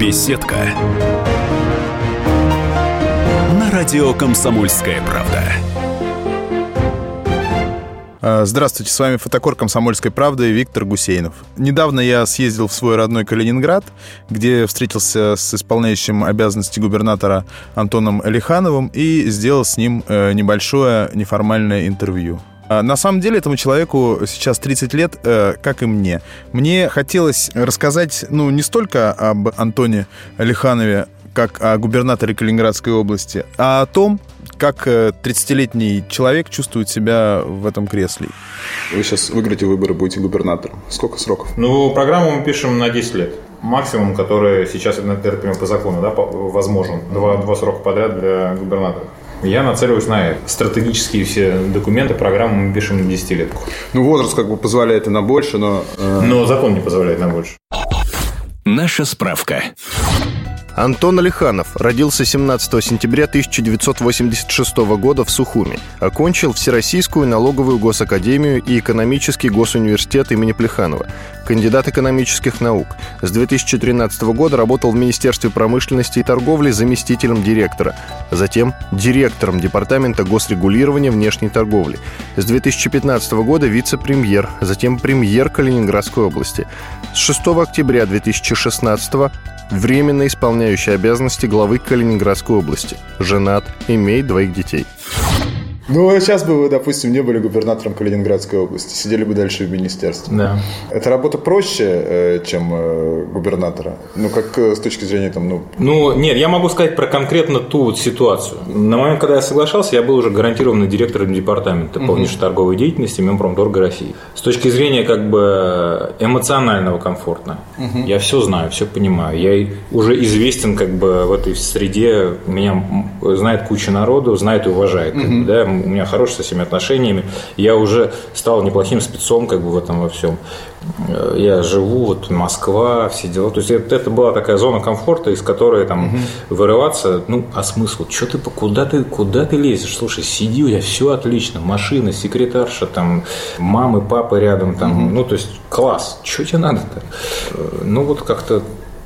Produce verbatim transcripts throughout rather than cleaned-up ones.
Беседка. На радио «Комсомольская правда». Здравствуйте, с вами фотокор «Комсомольской правды» Виктор Гусейнов. Недавно я съездил в свой родной Калининград, где встретился с исполняющим обязанности губернатора Антоном Алихановым и сделал с ним небольшое неформальное интервью. На самом деле этому человеку сейчас тридцать лет, как и мне. Мне хотелось рассказать, ну, не столько об Антоне Алиханове, как о губернаторе Калининградской области, а о том, как тридцатилетний человек чувствует себя в этом кресле. Вы сейчас выиграете выборы, будете губернатором. Сколько сроков? Ну, программу мы пишем на десять лет. Максимум, который сейчас, я так понимаю, по закону, да, возможен. Два, два срока подряд для губернатора. Я нацеливаюсь на это. Стратегические все документы, программу мы пишем на десятилетку. Ну, возраст как бы позволяет и на больше, но... Э... Но закон не позволяет на больше. Наша справка. Антон Алиханов родился семнадцатого сентября тысяча девятьсот восемьдесят шестого года в Сухуми. Окончил Всероссийскую налоговую госакадемию и экономический госуниверситет имени Плеханова. Кандидат экономических наук. С две тысячи тринадцатого года работал в Министерстве промышленности и торговли заместителем директора. Затем директором Департамента госрегулирования внешней торговли. С две тысячи пятнадцатого года вице-премьер, затем премьер Калининградской области. С шестого октября две тысячи шестнадцатого временно исполняющий обязанности главы Калининградской области. Женат, имеет двоих детей. Ну, сейчас бы вы, допустим, не были губернатором Калининградской области, сидели бы дальше в министерстве. Да. Эта работа проще, чем губернатора? Ну, как с точки зрения там, ну... Ну, нет, я могу сказать про конкретно ту вот ситуацию. На момент, когда я соглашался, я был уже гарантированный директором департамента по внешней торговой деятельности Минпромторга России. С точки зрения как бы эмоционального комфорта, uh-huh. я все знаю, все понимаю. Я уже известен как бы в этой среде, меня знает куча народу, знает и уважает. Uh-huh. Как бы, да? У меня хорошие со всеми отношениями. Я уже стал неплохим спецом как бы в этом во всем. Я живу, вот Москва, все дела. То есть это, это была такая зона комфорта, из которой там угу. вырываться, ну, а смысл? Что ты, куда ты, куда ты лезешь? Слушай, сиди, у тебя все отлично. Машина, секретарша, там, мамы, папы рядом, там, угу. ну, то есть класс. Что тебе надо-то? Ну, вот как-то.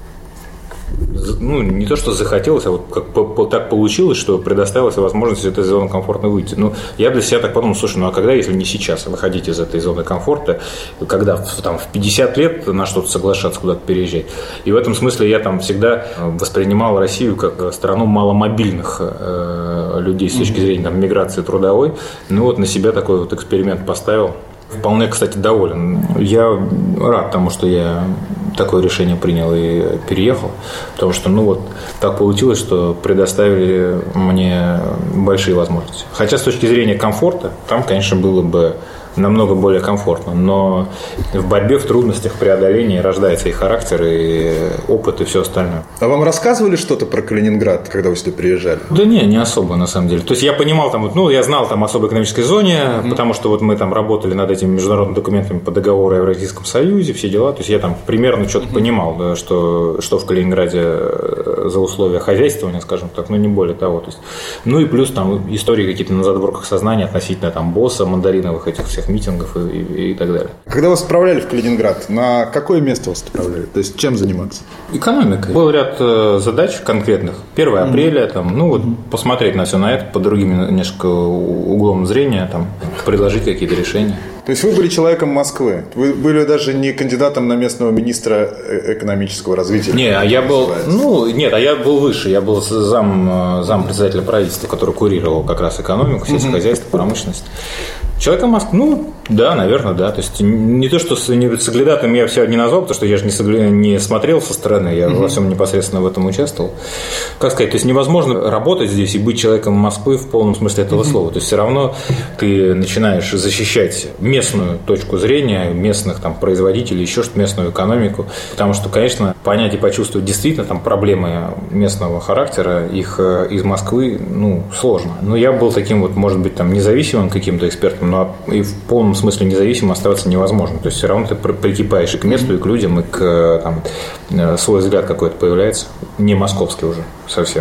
Ну, не то, что захотелось, а вот как по, по, так получилось, что предоставилась возможность из этой зоны комфорта выйти. Ну, я для себя так подумал, слушай, ну а когда, если не сейчас, выходить из этой зоны комфорта, когда там, в пятьдесят лет на что-то соглашаться, куда-то переезжать. И в этом смысле я там всегда воспринимал Россию как страну маломобильных э, людей с точки зрения там, миграции трудовой. Ну, вот на себя такой вот эксперимент поставил. Вполне, кстати, доволен. Я рад тому, что я такое решение принял и переехал, потому что, ну вот, так получилось, что предоставили мне большие возможности. Хотя с точки зрения комфорта, там, конечно, было бы намного более комфортно, но в борьбе, в трудностях, в преодолении рождается и характер, и опыт, и все остальное. А вам рассказывали что-то про Калининград, когда вы сюда приезжали? Да не, не особо, на самом деле. То есть я понимал там, ну, я знал там особой экономической зоне, mm-hmm. потому что вот мы там работали над этими международными документами по договору о Евразийском Союзе, все дела. То есть я там примерно что-то mm-hmm. понимал, да, что, что в Калининграде за условия хозяйствования, скажем так, ну, не более того. То есть, ну, и плюс там истории какие-то на задворках сознания относительно там босса, мандариновых этих всех митингов и, и, и так далее. Когда вас отправляли в Калининград, на какое место вас отправляли? То есть чем заниматься? Экономикой. Был ряд задач конкретных. первое апреля, там, ну вот посмотреть на все на это под другим несколько углом зрения, там, предложить какие-то решения. То есть вы были человеком Москвы? Вы были даже не кандидатом на местного министра экономического развития? Не, а я был, ну, нет, а я был выше. Я был зам, зам председателя правительства, который курировал как раз экономику, сельское хозяйство, промышленность. Человеком Москвы, ну, да, наверное, да. То есть не то, что соглядатым я все не назвал, потому что я же не, согля... не смотрел со стороны, я mm-hmm. во всем непосредственно в этом участвовал. Как сказать, то есть невозможно работать здесь и быть человеком Москвы в полном смысле этого mm-hmm. слова. То есть все равно ты начинаешь защищать местную точку зрения, местных там производителей, еще что-то, местную экономику. Потому что, конечно, понять и почувствовать действительно там проблемы местного характера, их из Москвы, ну, сложно. Но я был таким вот, может быть, там независимым каким-то экспертом, но и в полном смысле независимым оставаться невозможно. То есть все равно ты прикипаешь и к месту, и к людям, и к там, свой взгляд какой-то появляется, не московский уже совсем.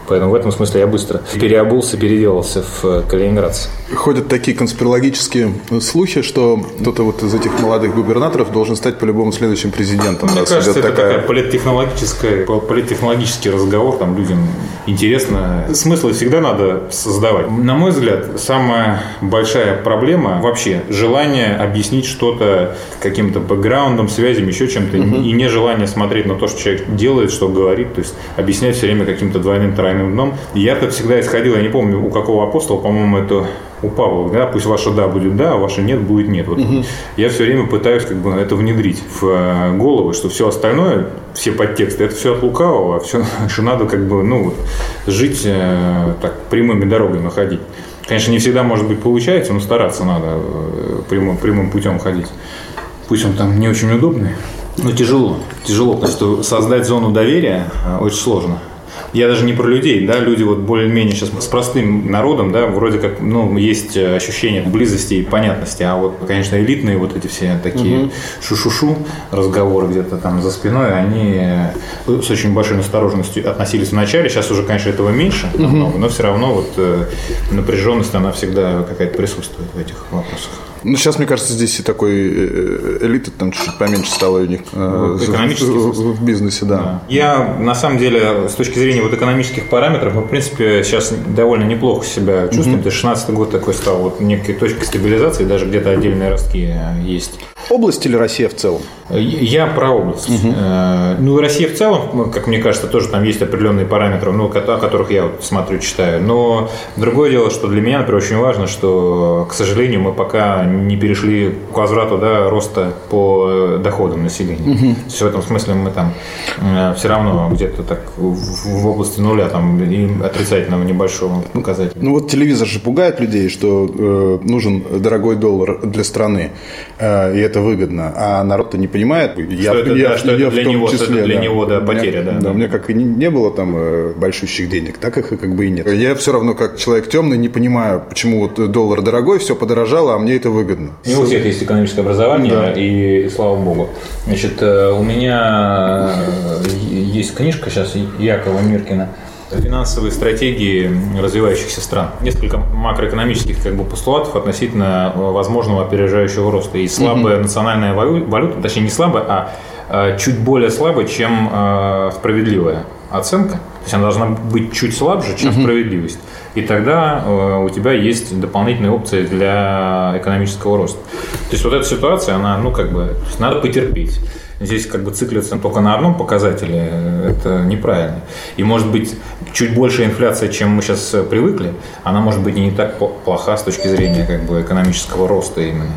Поэтому в этом смысле я быстро переобулся, переделался в калининградце. Ходят такие конспирологические слухи, что кто-то вот из этих молодых губернаторов должен стать по-любому следующим президентом. Мне кажется, это такая... такая политтехнологическая, политтехнологический разговор, там людям интересно. Смыслы всегда надо создавать. На мой взгляд, самая большая проблема вообще желание объяснить что-то каким-то бэкграундом, связям, еще чем-то, uh-huh. и нежелание смотреть на то, что человек делает, что говорит, то есть объяснять все время каким-то двойным, тройным дном. И я так всегда исходил, я не помню, у какого апостола, по-моему, это у Павла, да, пусть ваше «да» будет «да», а ваше «нет» будет «нет». Вот uh-huh. Я все время пытаюсь как бы это внедрить в голову, что все остальное, все подтексты, это все от лукавого, а все, что надо как бы, ну, жить так, прямыми дорогами ходить. Конечно, не всегда, может быть, получается, но стараться надо прямым, прямым путем ходить. Пусть он там не очень удобный, но тяжело. Тяжело, потому что создать зону доверия очень сложно. Я даже не про людей, да, люди вот более-менее сейчас с простым народом, да, вроде как, ну, есть ощущение близости и понятности, а вот, конечно, элитные вот эти все такие угу. шу-шу-шу разговоры где-то там за спиной, они с очень большой настороженностью относились в начале, сейчас уже, конечно, этого меньше намного, угу. но все равно вот напряженность, она всегда какая-то присутствует в этих вопросах. Ну, сейчас, мне кажется, здесь и такой элиты там чуть-чуть поменьше стало у них вот, экономически в, в, в бизнесе, да. да. Я, на самом деле, с точки зрения вот экономических параметров, мы, в принципе, сейчас довольно неплохо себя чувствуем. Mm-hmm. шестнадцатый год такой стал вот некой точкой стабилизации, даже где-то отдельные ростки есть. Область или Россия в целом? Я про область. Угу. Ну, и Россия в целом, как мне кажется, тоже там есть определенные параметры, ну, о которых я вот смотрю, читаю. Но другое дело, что для меня, например, очень важно, что, к сожалению, мы пока не перешли к возврату, да, роста по доходам населения. Угу. То есть в этом смысле мы там все равно где-то так в области нуля там, и отрицательного небольшого показателя. Ну вот телевизор же пугает людей, что э, нужен дорогой доллар для страны, э, и это выгодно, а народ-то не понимает. Что я, это, я, да, что я это для, него, числе, это для да, него да, потеря. Меня, да, да, да. У меня как и не, не было там э, большущих денег, так их и как бы и нет. Я все равно, как человек темный, не понимаю, почему вот доллар дорогой, все подорожало, а мне это выгодно. Не у всех есть экономическое образование, да. и, и слава богу. Значит, у меня есть книжка сейчас Якова Миркина «Финансовые стратегии развивающихся стран». Несколько макроэкономических как бы постулатов относительно возможного опережающего роста. И слабая mm-hmm. национальная валюта, точнее не слабая, а чуть более слабая, чем справедливая оценка. То есть она должна быть чуть слабже, чем mm-hmm. справедливость. И тогда у тебя есть дополнительные опции для экономического роста. То есть вот эта ситуация, она, ну как бы, надо потерпеть. Здесь как бы циклиться только на одном показателе, это неправильно. И может быть чуть больше инфляция, чем мы сейчас привыкли, она может быть и не так плоха с точки зрения как бы экономического роста именно.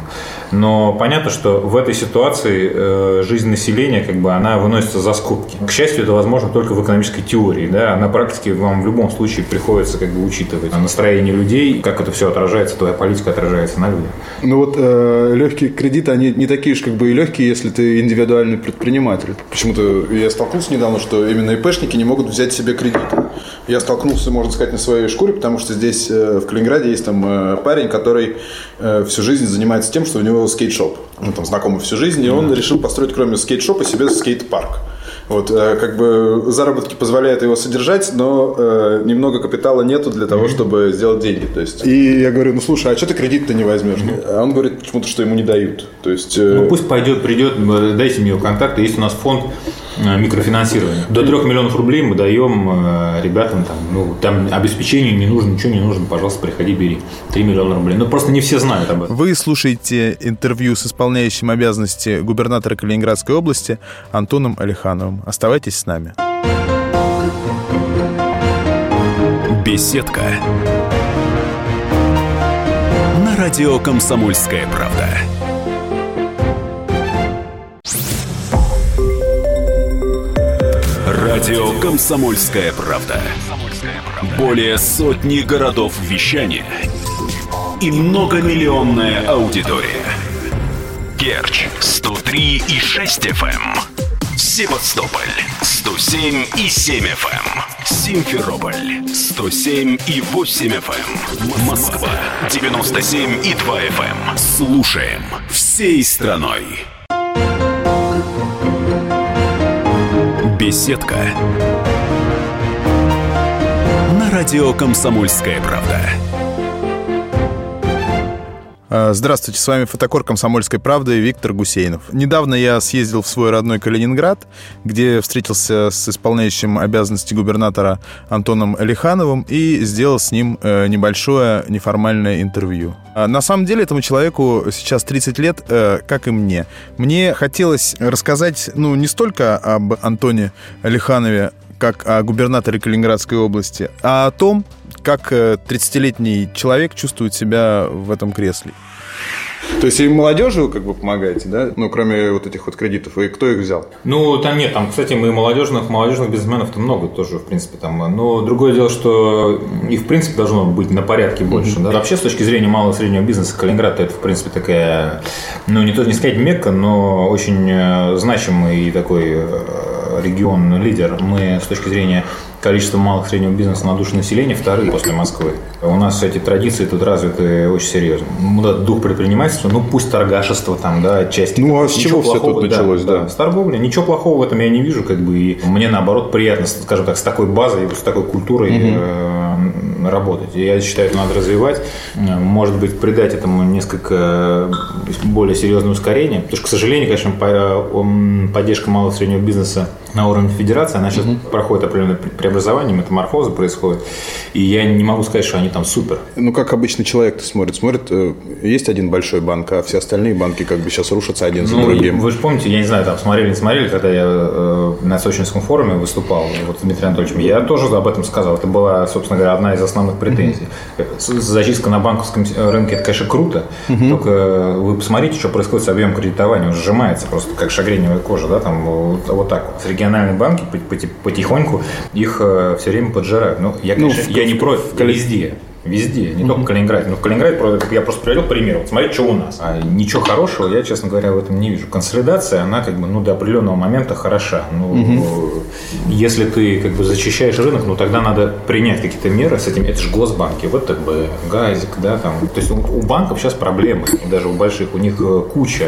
Но понятно, что в этой ситуации э, жизнь населения как бы она выносится за скобки. К счастью, это возможно только в экономической теории, да, а на практике вам в любом случае приходится как бы учитывать настроение людей, как это все отражается, твоя политика отражается на людях. Ну вот э, легкие кредиты, они не такие уж как бы и легкие, если ты индивидуальный предприниматель. Почему-то я столкнулся недавно, что именно ИПшники не могут взять себе кредит. Я столкнулся, можно сказать, на своей шкуре, потому что здесь в Калининграде есть там парень, который всю жизнь занимается тем, что у него скейт-шоп. Ну, там знакомый всю жизнь, и он решил построить, кроме скейт-шопа, себе скейт-парк. Вот, как бы заработки позволяют его содержать, но э, немного капитала нету для того, чтобы сделать деньги. То есть, и я говорю, ну слушай, а что ты кредит-то не возьмешь? А он говорит почему-то, что ему не дают. То есть, э... ну пусть пойдет, придет, дайте мне его контакты. Есть у нас фонд микрофинансирования. До трех миллионов рублей мы даем ребятам, там, ну, там обеспечению не нужно, ничего не нужно, пожалуйста, приходи, бери. три миллиона рублей. Но просто не все знают об этом. Вы слушаете интервью с исполняющим обязанности губернатора Калининградской области Антоном Алихановым. Оставайтесь с нами. Беседка. На радио «Комсомольская правда». Радио «Комсомольская правда». Более сотни городов вещания и многомиллионная аудитория. Керчь сто три и шесть эф эм, Севастополь сто семь и семь эф эм, Симферополь сто семь и восемь эф эм, Москва девяносто семь и два эф эм. Слушаем всей страной. Беседка. Радио «Комсомольская правда». Здравствуйте, с вами фотокор «Комсомольской правды» Виктор Гусейнов. Недавно я съездил в свой родной Калининград, где встретился с исполняющим обязанности губернатора Антоном Алихановым и сделал с ним небольшое неформальное интервью. На самом деле этому человеку сейчас тридцать лет, как и мне. Мне хотелось рассказать, ну, не столько об Антоне Алиханове, как о губернаторе Калининградской области, а о том, как тридцатилетний человек чувствует себя в этом кресле. То есть и молодежи вы как бы помогаете, да? Ну, кроме вот этих вот кредитов. И кто их взял? Ну, там нет, там, кстати, мы молодежных, молодежных бизнесменов-то много тоже, в принципе, там. Но другое дело, что их, в принципе, должно быть на порядке больше. Mm-hmm. Да? Вообще, с точки зрения малого и среднего бизнеса, Калининград это, в принципе, такая, ну, не то не сказать Мекка, но очень значимый такой регион, лидер. Мы с точки зрения количества малых и среднего бизнеса на душу населения вторые после Москвы. У нас эти традиции тут развиты очень серьезно. Ну, дух предпринимательства, ну пусть торгашество там, да, отчасти. Ну, а с чего все тут началось, да, да? С торговли. Ничего плохого в этом я не вижу, как бы, и мне, наоборот, приятно, скажем так, с такой базой, с такой культурой угу. э, работать. И я считаю, это надо развивать. Может быть, придать этому несколько более серьезное ускорение. Потому что, к сожалению, конечно, поддержка малого и среднего бизнеса на уровне федерации, она сейчас угу. проходит определенное преобразование, метаморфоза происходит. И я не могу сказать, что они там супер. Ну, как обычно человек-то смотрит. Смотрит, есть один большой банк, а все остальные банки как бы сейчас рушатся один за ну, другим. Вы же помните, я не знаю, там смотрели, не смотрели, когда я э, на Сочинском форуме выступал вот, с Дмитрием Анатольевичем, я тоже об этом сказал. Это была, собственно говоря, одна из основных претензий. Mm-hmm. Зачистка на банковском рынке, это, конечно, круто, mm-hmm. только вы посмотрите, что происходит с объемом кредитования. Он сжимается просто как шагреневая кожа, да, там вот, вот так вот. Региональные банки потихоньку их э, все время поджирают. Ну, я, конечно, ну, в, я не против, в, везде. Везде, не mm-hmm. только в Калининграде. Но в Калининграде я просто привел пример. Вот смотрите, что у нас. А ничего хорошего я, честно говоря, в этом не вижу. Консолидация, она как бы, ну, до определенного момента хороша. Ну, mm-hmm. если ты как бы зачищаешь рынок, ну, тогда надо принять какие-то меры с этим. Это же госбанки, ВТБ, Газик, да, там. То есть у банков сейчас проблемы. Даже у больших, у них куча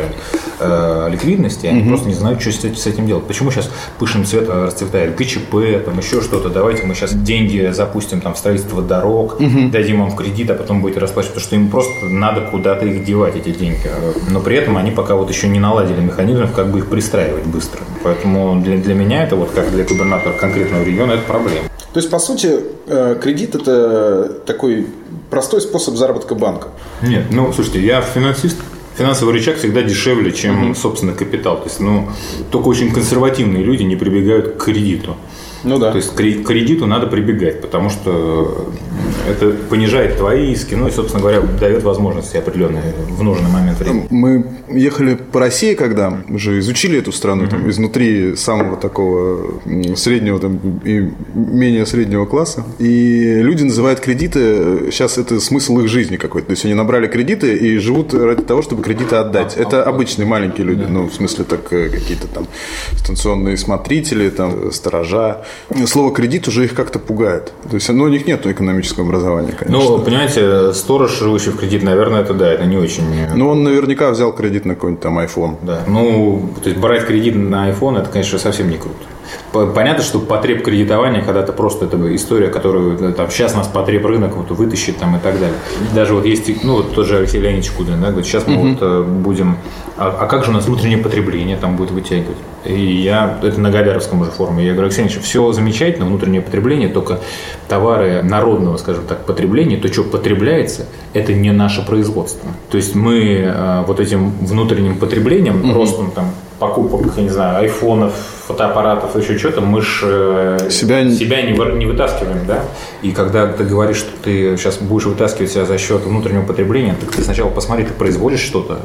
э, ликвидности, они mm-hmm. просто не знают, что с этим делать. Почему сейчас пышным цветом расцветает ГЧП, там еще что-то. Давайте мы сейчас деньги запустим там в строительство дорог, mm-hmm. дадим вам в кредит, а потом будете расплачиваться, потому что им просто надо куда-то их девать, эти деньги. Но при этом они пока вот еще не наладили механизмов, как бы их пристраивать быстро. Поэтому для, для меня это, вот как для губернатора конкретного региона, это проблема. То есть, по сути, кредит – это такой простой способ заработка банка? Нет, ну, слушайте, я финансист. Финансовый рычаг всегда дешевле, чем mm-hmm. собственный капитал. То есть, ну, только очень консервативные люди не прибегают к кредиту. Ну да. То есть к кредиту надо прибегать, потому что это понижает твои иски, ну и, собственно говоря, дает возможности определенные в нужный момент времени. Мы ехали по России, когда уже изучили эту страну, mm-hmm. там, изнутри самого такого среднего там, и менее среднего класса, и люди называют кредиты, сейчас это смысл их жизни какой-то, то есть они набрали кредиты и живут ради того, чтобы кредиты отдать. А, это а, обычные маленькие люди, да. ну в смысле так какие-то там станционные смотрители, там сторожа. Слово «кредит» уже их как-то пугает. То есть, ну, у них нет экономического образования, конечно. Ну, понимаете, сторож, живущий в кредит, наверное, это да, это не очень... Ну, он наверняка взял кредит на какой-нибудь там iPhone. Да, ну, то есть, брать кредит на iPhone, это, конечно, совсем не круто. Понятно, что потреб кредитования, когда-то просто это история, которую там, сейчас нас потреб рынок вот, вытащит там, и так далее. Даже вот есть, ну, вот тоже Алексей Леонидович Кудрин, да, говорит, сейчас мы uh-huh. вот будем, а, а как же у нас внутреннее потребление там будет вытягивать? И я, это на Галяровском уже форуме, я говорю, Алексей Леонидович, все замечательно, внутреннее потребление, только товары народного, скажем так, потребления, то, что потребляется, это не наше производство. То есть мы а, вот этим внутренним потреблением, uh-huh. ростом там покупок, я не знаю, айфонов, фотоаппаратов, еще что-то, мы же себя, себя не, вы, не вытаскиваем, да? И когда ты говоришь, что ты сейчас будешь вытаскивать себя за счет внутреннего потребления, так ты сначала посмотри, ты производишь что-то,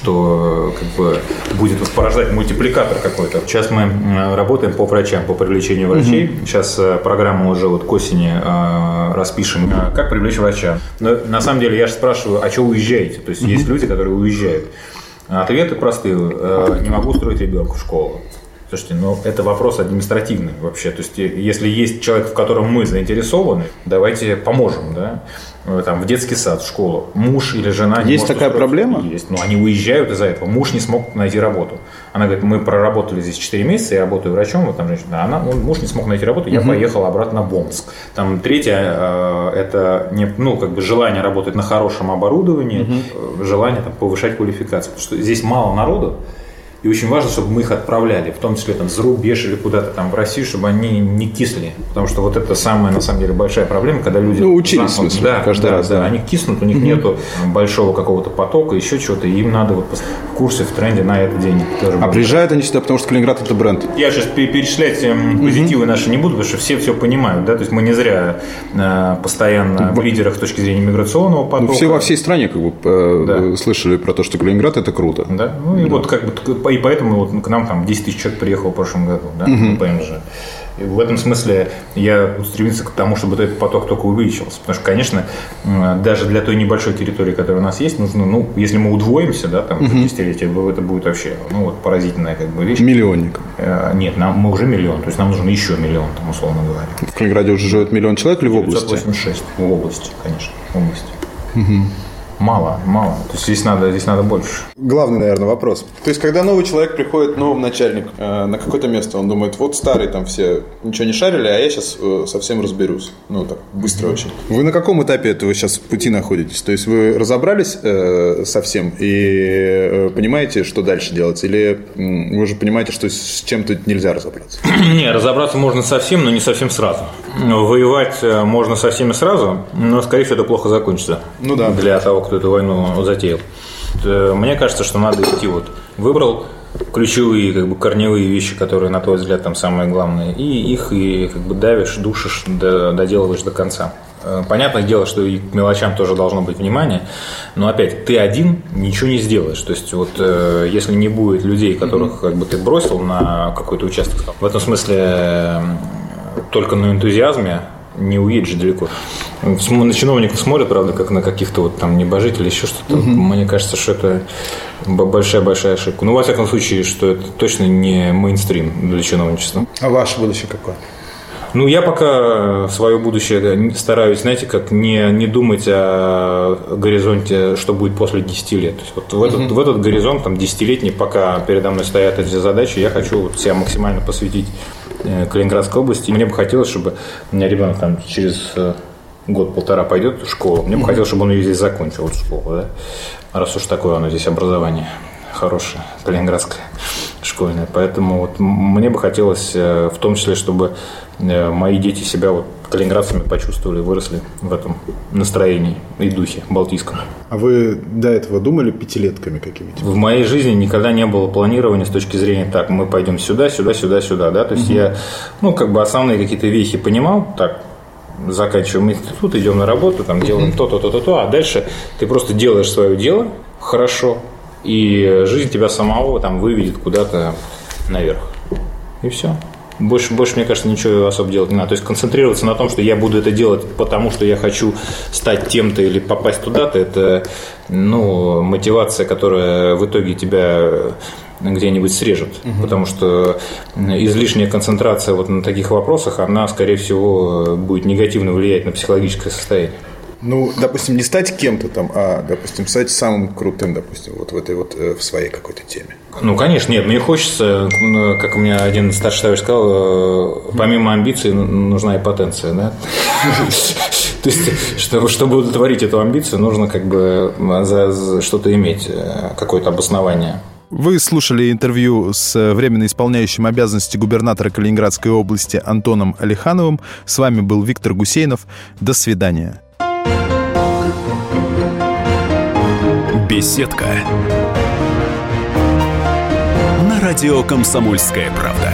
что как бы будет порождать мультипликатор какой-то. Сейчас мы работаем по врачам, по привлечению врачей. Угу. Сейчас программу уже вот к осени распишем, как привлечь врача. Но на самом деле я же спрашиваю, а что уезжаете? То есть угу. есть люди, которые уезжают. Ответы простые. Не могу устроить ребенка в школу. Слушайте, ну это вопрос административный вообще. То есть, если есть человек, в котором мы заинтересованы, давайте поможем, да? Там, в детский сад, в школу. Муж или жена... Есть такая проблема? Есть. Но они уезжают из-за этого. Муж не смог найти работу. Она говорит, мы проработали здесь четыре месяца, я работаю врачом, вот там женщина. Она, он, муж не смог найти работу, я угу. поехал обратно в Омск. Там третье, э, это не, ну, как бы желание работать на хорошем оборудовании, угу. желание там, повышать квалификацию. Потому что здесь мало народу. И очень важно, чтобы мы их отправляли, в том числе там, за рубеж или куда-то там в Россию, чтобы они не кисли. Потому что вот это самая, на самом деле, большая проблема, когда люди... Ну, учились, в смысле, да, каждый да, раз. Да, да, они киснут, у них mm-hmm. нету большого какого-то потока, еще чего-то, и им надо вот в курсе, в тренде на это деньги. Тоже а приезжают они сюда, потому что Калининград – это бренд? Я сейчас перечислять позитивы mm-hmm. наши не буду, потому что все все понимают, да, то есть мы не зря э, постоянно в лидерах с точки зрения миграционного потока. Ну, все во всей стране как бы э, да. слышали про то, что Калининград – это круто. Да, ну и да. вот как бы, и поэтому вот к нам там десять тысяч человек приехало в прошлом году, да, uh-huh. по эм же. И в этом смысле я стремился к тому, чтобы этот поток только увеличился. Потому что, конечно, даже для той небольшой территории, которая у нас есть, нужно, ну, если мы удвоим,ся, да, там, uh-huh. десятилетие, это будет вообще, ну, вот, поразительная как бы вещь. Миллионник. Нет, нам, мы уже миллион, то есть нам нужен еще миллион, там, условно говоря. В Калининграде уже живет миллион человек или в области? девятьсот восемьдесят шесть в области, конечно, в области. Uh-huh. Мало, мало. То есть здесь надо, здесь надо больше. Главный, наверное, вопрос. То есть, когда новый человек приходит, новый начальник э, на какое-то место, он думает, вот старые там все ничего не шарили, а я сейчас э, совсем разберусь. Ну, так, быстро mm-hmm. очень. Вы на каком этапе этого сейчас пути находитесь? То есть, вы разобрались э, совсем и э, понимаете, что дальше делать? Или э, вы уже понимаете, что с чем-то нельзя разобраться? Не, разобраться можно совсем, но не совсем сразу. Воевать можно со всеми сразу, но, скорее всего, это плохо закончится. Ну да. Для того, кто эту войну затеял. Мне кажется, что надо идти вот. Выбрал ключевые, как бы, корневые вещи, которые, на твой взгляд, там самые главные, и их и как бы давишь, душишь, доделываешь до конца. Понятное дело, что и к мелочам тоже должно быть внимание, но опять, ты один ничего не сделаешь. То есть, вот если не будет людей, которых как бы ты бросил на какой-то участок, в этом смысле только на энтузиазме не уедешь далеко. На чиновников смотрят, правда, как на каких-то вот там небожителей, еще что-то. Угу. Мне кажется, что это большая-большая ошибка. Ну, во всяком случае, что это точно не мейнстрим для чиновничества. А ваше будущее какое? Ну, я пока свое будущее стараюсь, знаете, как не, не думать о горизонте, что будет после десяти лет. То есть, вот в, этот, uh-huh. в этот горизонт, там, десятилетний, пока передо мной стоят эти задачи, я хочу вот себя максимально посвятить Калининградской области. Мне бы хотелось, чтобы у меня ребенок там через год-полтора пойдет в школу. Мне бы uh-huh. хотелось, чтобы он ее здесь закончил, эту школу, да? Раз уж такое оно здесь образование хорошее, калининградское, школьное. Поэтому вот мне бы хотелось, в том числе, чтобы мои дети себя вот калининградцами почувствовали, выросли в этом настроении и духе балтийском. А вы до этого думали пятилетками какими-то? В моей жизни никогда не было планирования с точки зрения, так, мы пойдем сюда, сюда, сюда, сюда, да, то есть угу. я, ну, как бы основные какие-то вехи понимал, так, заканчиваем институт, идем на работу, там, делаем угу. то-то, то-то, то, а дальше ты просто делаешь свое дело хорошо, и жизнь тебя самого там выведет куда-то наверх, и все. Больше, больше, мне кажется, ничего особо делать не надо. То есть концентрироваться на том, что я буду это делать, потому что я хочу стать тем-то или попасть туда-то, это, ну, мотивация, которая в итоге тебя где-нибудь срежет. Угу. Потому что излишняя концентрация вот на таких вопросах, она, скорее всего, будет негативно влиять на психологическое состояние. Ну, допустим, не стать кем-то там, а, допустим, стать самым крутым, допустим, вот в этой вот, в своей какой-то теме. Ну, конечно, нет, мне хочется, как у меня один старший товарищ сказал, помимо амбиций нужна и потенция, да? То есть, чтобы удовлетворить эту амбицию, нужно как бы что-то иметь, какое-то обоснование. Вы слушали интервью с временно исполняющим обязанности губернатора Калининградской области Антоном Алихановым. С вами был Виктор Гусейнов. До свидания. Беседка. На радио «Комсомольская правда».